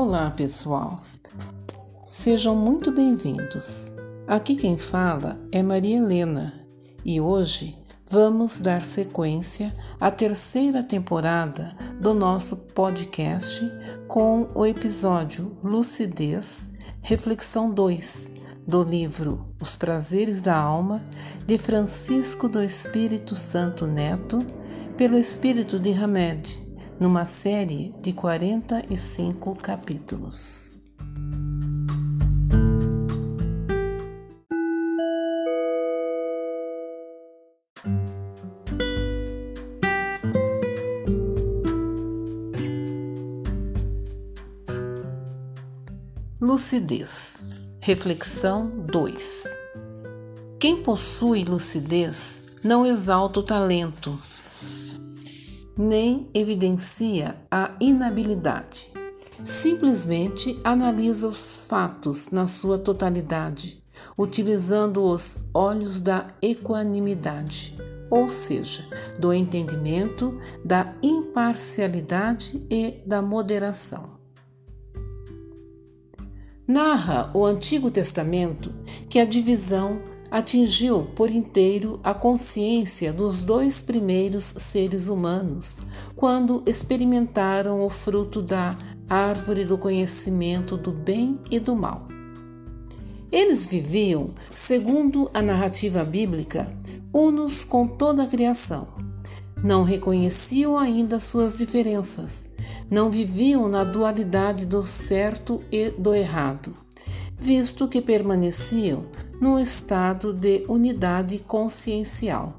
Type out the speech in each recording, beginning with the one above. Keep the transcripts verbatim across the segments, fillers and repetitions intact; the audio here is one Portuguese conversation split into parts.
Olá, pessoal! Sejam muito bem-vindos. Aqui quem fala é Maria Helena e hoje vamos dar sequência à terceira temporada do nosso podcast com o episódio Lucidez, Reflexão dois, do livro Os Prazeres da Alma, de Francisco do Espírito Santo Neto, pelo Espírito de Hamed, numa série de quarenta e cinco capítulos. Lucidez. Reflexão dois. Quem possui lucidez não exalta o talento, nem evidencia a inabilidade. Simplesmente analisa os fatos na sua totalidade, utilizando os olhos da equanimidade, ou seja, do entendimento, da imparcialidade e da moderação. Narra o Antigo Testamento que a divisão atingiu por inteiro a consciência dos dois primeiros seres humanos quando experimentaram o fruto da árvore do conhecimento do bem e do mal. Eles viviam, segundo a narrativa bíblica, unos com toda a criação. Não reconheciam ainda suas diferenças, não viviam na dualidade do certo e do errado, visto que permaneciam num estado de unidade consciencial.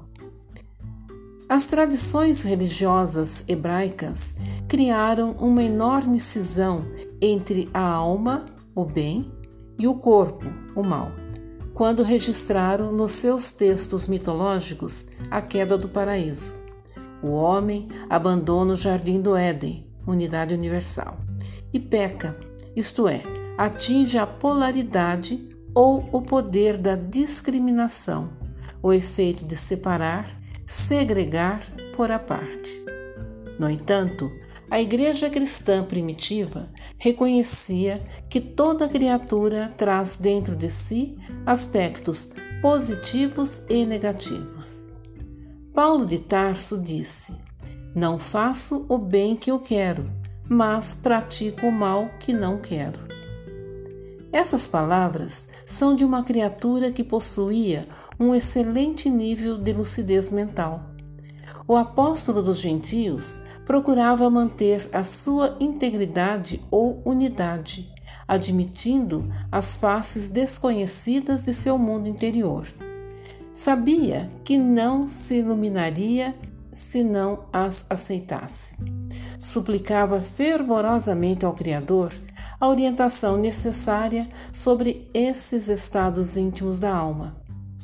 As tradições religiosas hebraicas criaram uma enorme cisão entre a alma, o bem, e o corpo, o mal, quando registraram nos seus textos mitológicos a queda do paraíso. O homem abandona o jardim do Éden, unidade universal, e peca, isto é, atinge a polaridade ou o poder da discriminação, o efeito de separar, segregar, pôr à parte. No entanto, a Igreja cristã primitiva reconhecia que toda criatura traz dentro de si aspectos positivos e negativos. Paulo de Tarso disse: "Não faço o bem que eu quero, mas pratico o mal que não quero." Essas palavras são de uma criatura que possuía um excelente nível de lucidez mental. O apóstolo dos gentios procurava manter a sua integridade ou unidade, admitindo as faces desconhecidas de seu mundo interior. Sabia que não se iluminaria se não as aceitasse. Suplicava fervorosamente ao Criador a orientação necessária sobre esses estados íntimos da alma.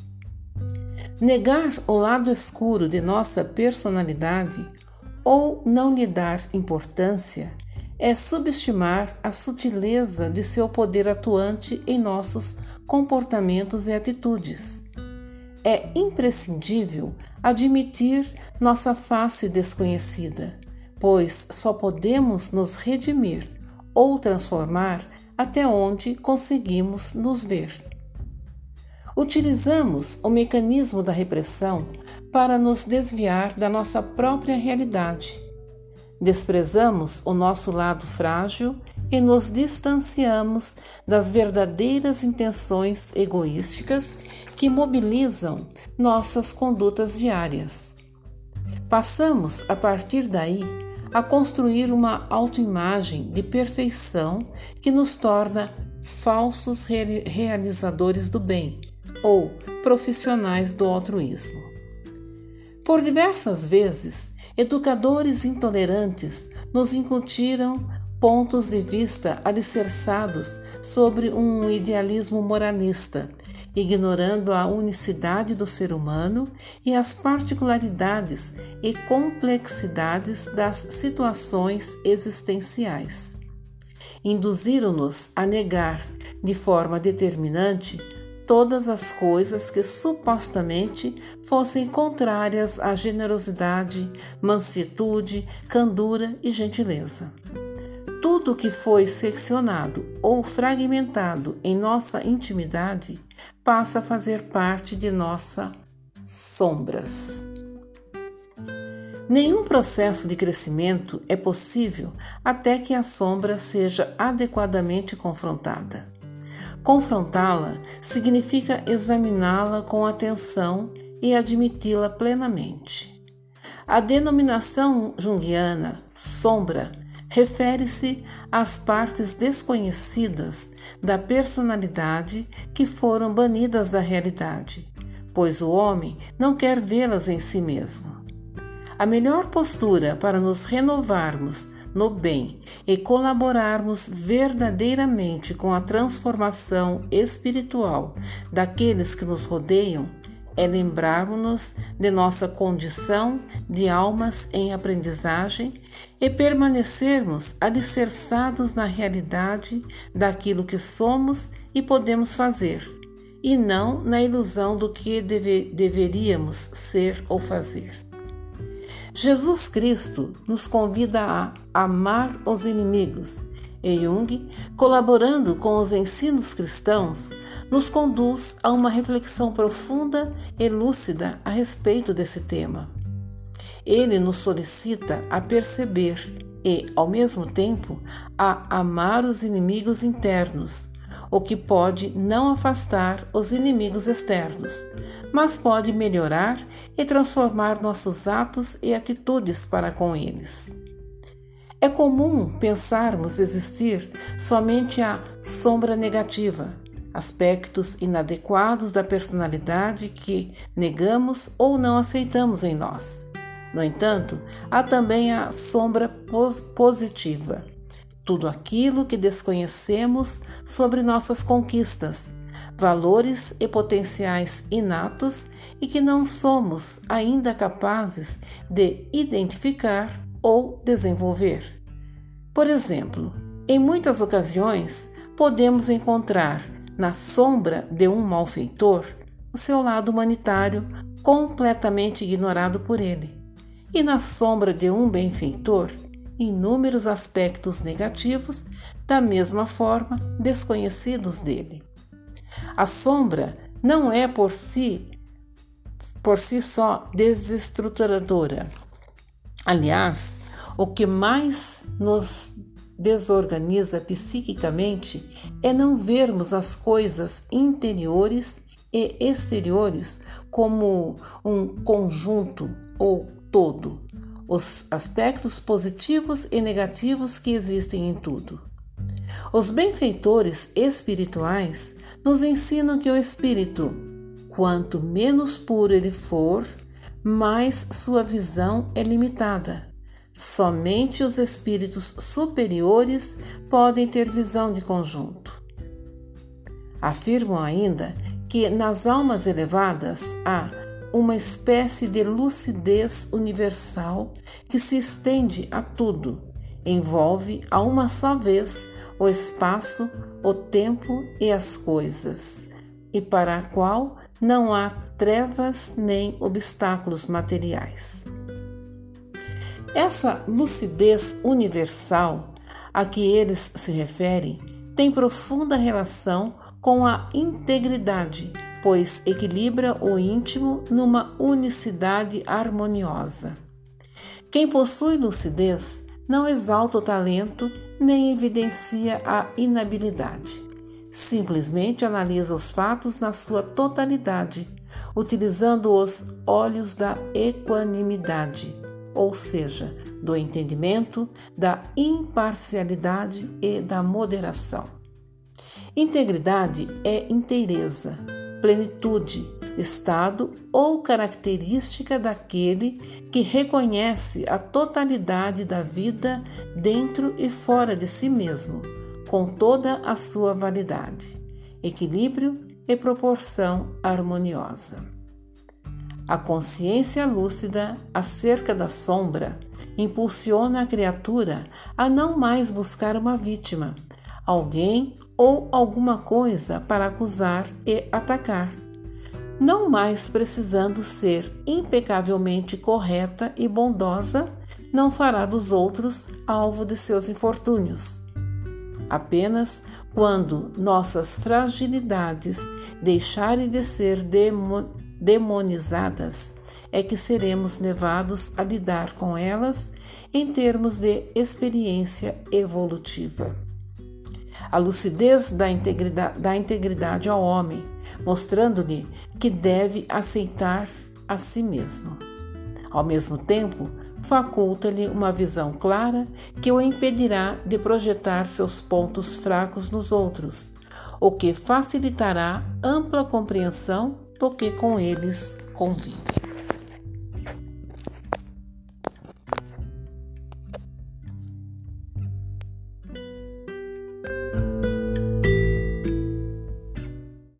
Negar o lado escuro de nossa personalidade ou não lhe dar importância é subestimar a sutileza de seu poder atuante em nossos comportamentos e atitudes. É imprescindível admitir nossa face desconhecida, pois só podemos nos redimir ou transformar até onde conseguimos nos ver. Utilizamos o mecanismo da repressão para nos desviar da nossa própria realidade. Desprezamos o nosso lado frágil e nos distanciamos das verdadeiras intenções egoísticas que mobilizam nossas condutas diárias. Passamos, a partir daí, a construir uma autoimagem de perfeição que nos torna falsos realizadores do bem ou profissionais do altruísmo. Por diversas vezes, educadores intolerantes nos incutiram pontos de vista alicerçados sobre um idealismo moralista, ignorando a unicidade do ser humano e as particularidades e complexidades das situações existenciais. Induziram-nos a negar, de forma determinante, todas as coisas que supostamente fossem contrárias à generosidade, mansuetude, candura e gentileza. tudo que foi seccionado ou fragmentado em nossa intimidade passa a fazer parte de nossas sombras. Nenhum processo de crescimento é possível até que a sombra seja adequadamente confrontada. Confrontá-la significa examiná-la com atenção e admiti-la plenamente. A denominação junguiana, sombra, refere-se às partes desconhecidas da personalidade que foram banidas da realidade, pois o homem não quer vê-las em si mesmo. A melhor postura para nos renovarmos no bem e colaborarmos verdadeiramente com a transformação espiritual daqueles que nos rodeiam é lembrarmos-nos de nossa condição de almas em aprendizagem e permanecermos alicerçados na realidade daquilo que somos e podemos fazer, e não na ilusão do que deve, deveríamos ser ou fazer. Jesus Cristo nos convida a amar os inimigos, e Jung, colaborando com os ensinos cristãos, nos conduz a uma reflexão profunda e lúcida a respeito desse tema. Ele nos solicita a perceber e, ao mesmo tempo, a amar os inimigos internos, o que pode não afastar os inimigos externos, mas pode melhorar e transformar nossos atos e atitudes para com eles. É comum pensarmos existir somente a sombra negativa, aspectos inadequados da personalidade que negamos ou não aceitamos em nós. No entanto, há também a sombra pos- positiva, tudo aquilo que desconhecemos sobre nossas conquistas, valores e potenciais inatos e que não somos ainda capazes de identificar ou desenvolver. Por exemplo, em muitas ocasiões, podemos encontrar na sombra de um malfeitor o seu lado humanitário completamente ignorado por ele, e na sombra de um benfeitor, inúmeros aspectos negativos, da mesma forma desconhecidos dele. A sombra não é por si, por si só desestruturadora. Aliás, o que mais nos desorganiza psiquicamente é não vermos as coisas interiores e exteriores como um conjunto ou todo, os aspectos positivos e negativos que existem em tudo. Os benfeitores espirituais nos ensinam que o espírito, quanto menos puro ele for, mais sua visão é limitada. Somente os espíritos superiores podem ter visão de conjunto. Afirmam ainda que nas almas elevadas há uma espécie de lucidez universal que se estende a tudo, envolve a uma só vez o espaço, o tempo e as coisas, e para a qual não há trevas nem obstáculos materiais. Essa lucidez universal a que eles se referem tem profunda relação com a integridade, pois equilibra o íntimo numa unicidade harmoniosa. Quem possui lucidez não exalta o talento nem evidencia a inabilidade. Simplesmente analisa os fatos na sua totalidade, utilizando os olhos da equanimidade, ou seja, do entendimento, da imparcialidade e da moderação. Integridade é inteireza, plenitude, estado ou característica daquele que reconhece a totalidade da vida dentro e fora de si mesmo, com toda a sua validade, equilíbrio e proporção harmoniosa. A consciência lúcida acerca da sombra impulsiona a criatura a não mais buscar uma vítima, alguém ou alguma coisa para acusar e atacar, não mais precisando ser impecavelmente correta e bondosa não fará dos outros alvo de seus infortúnios. Apenas quando nossas fragilidades deixarem de ser demo, demonizadas é que seremos levados a lidar com elas em termos de experiência evolutiva. A lucidez da integridade, da integridade ao homem, mostrando-lhe que deve aceitar a si mesmo. Ao mesmo tempo, faculta-lhe uma visão clara que o impedirá de projetar seus pontos fracos nos outros, o que facilitará ampla compreensão do que com eles convive.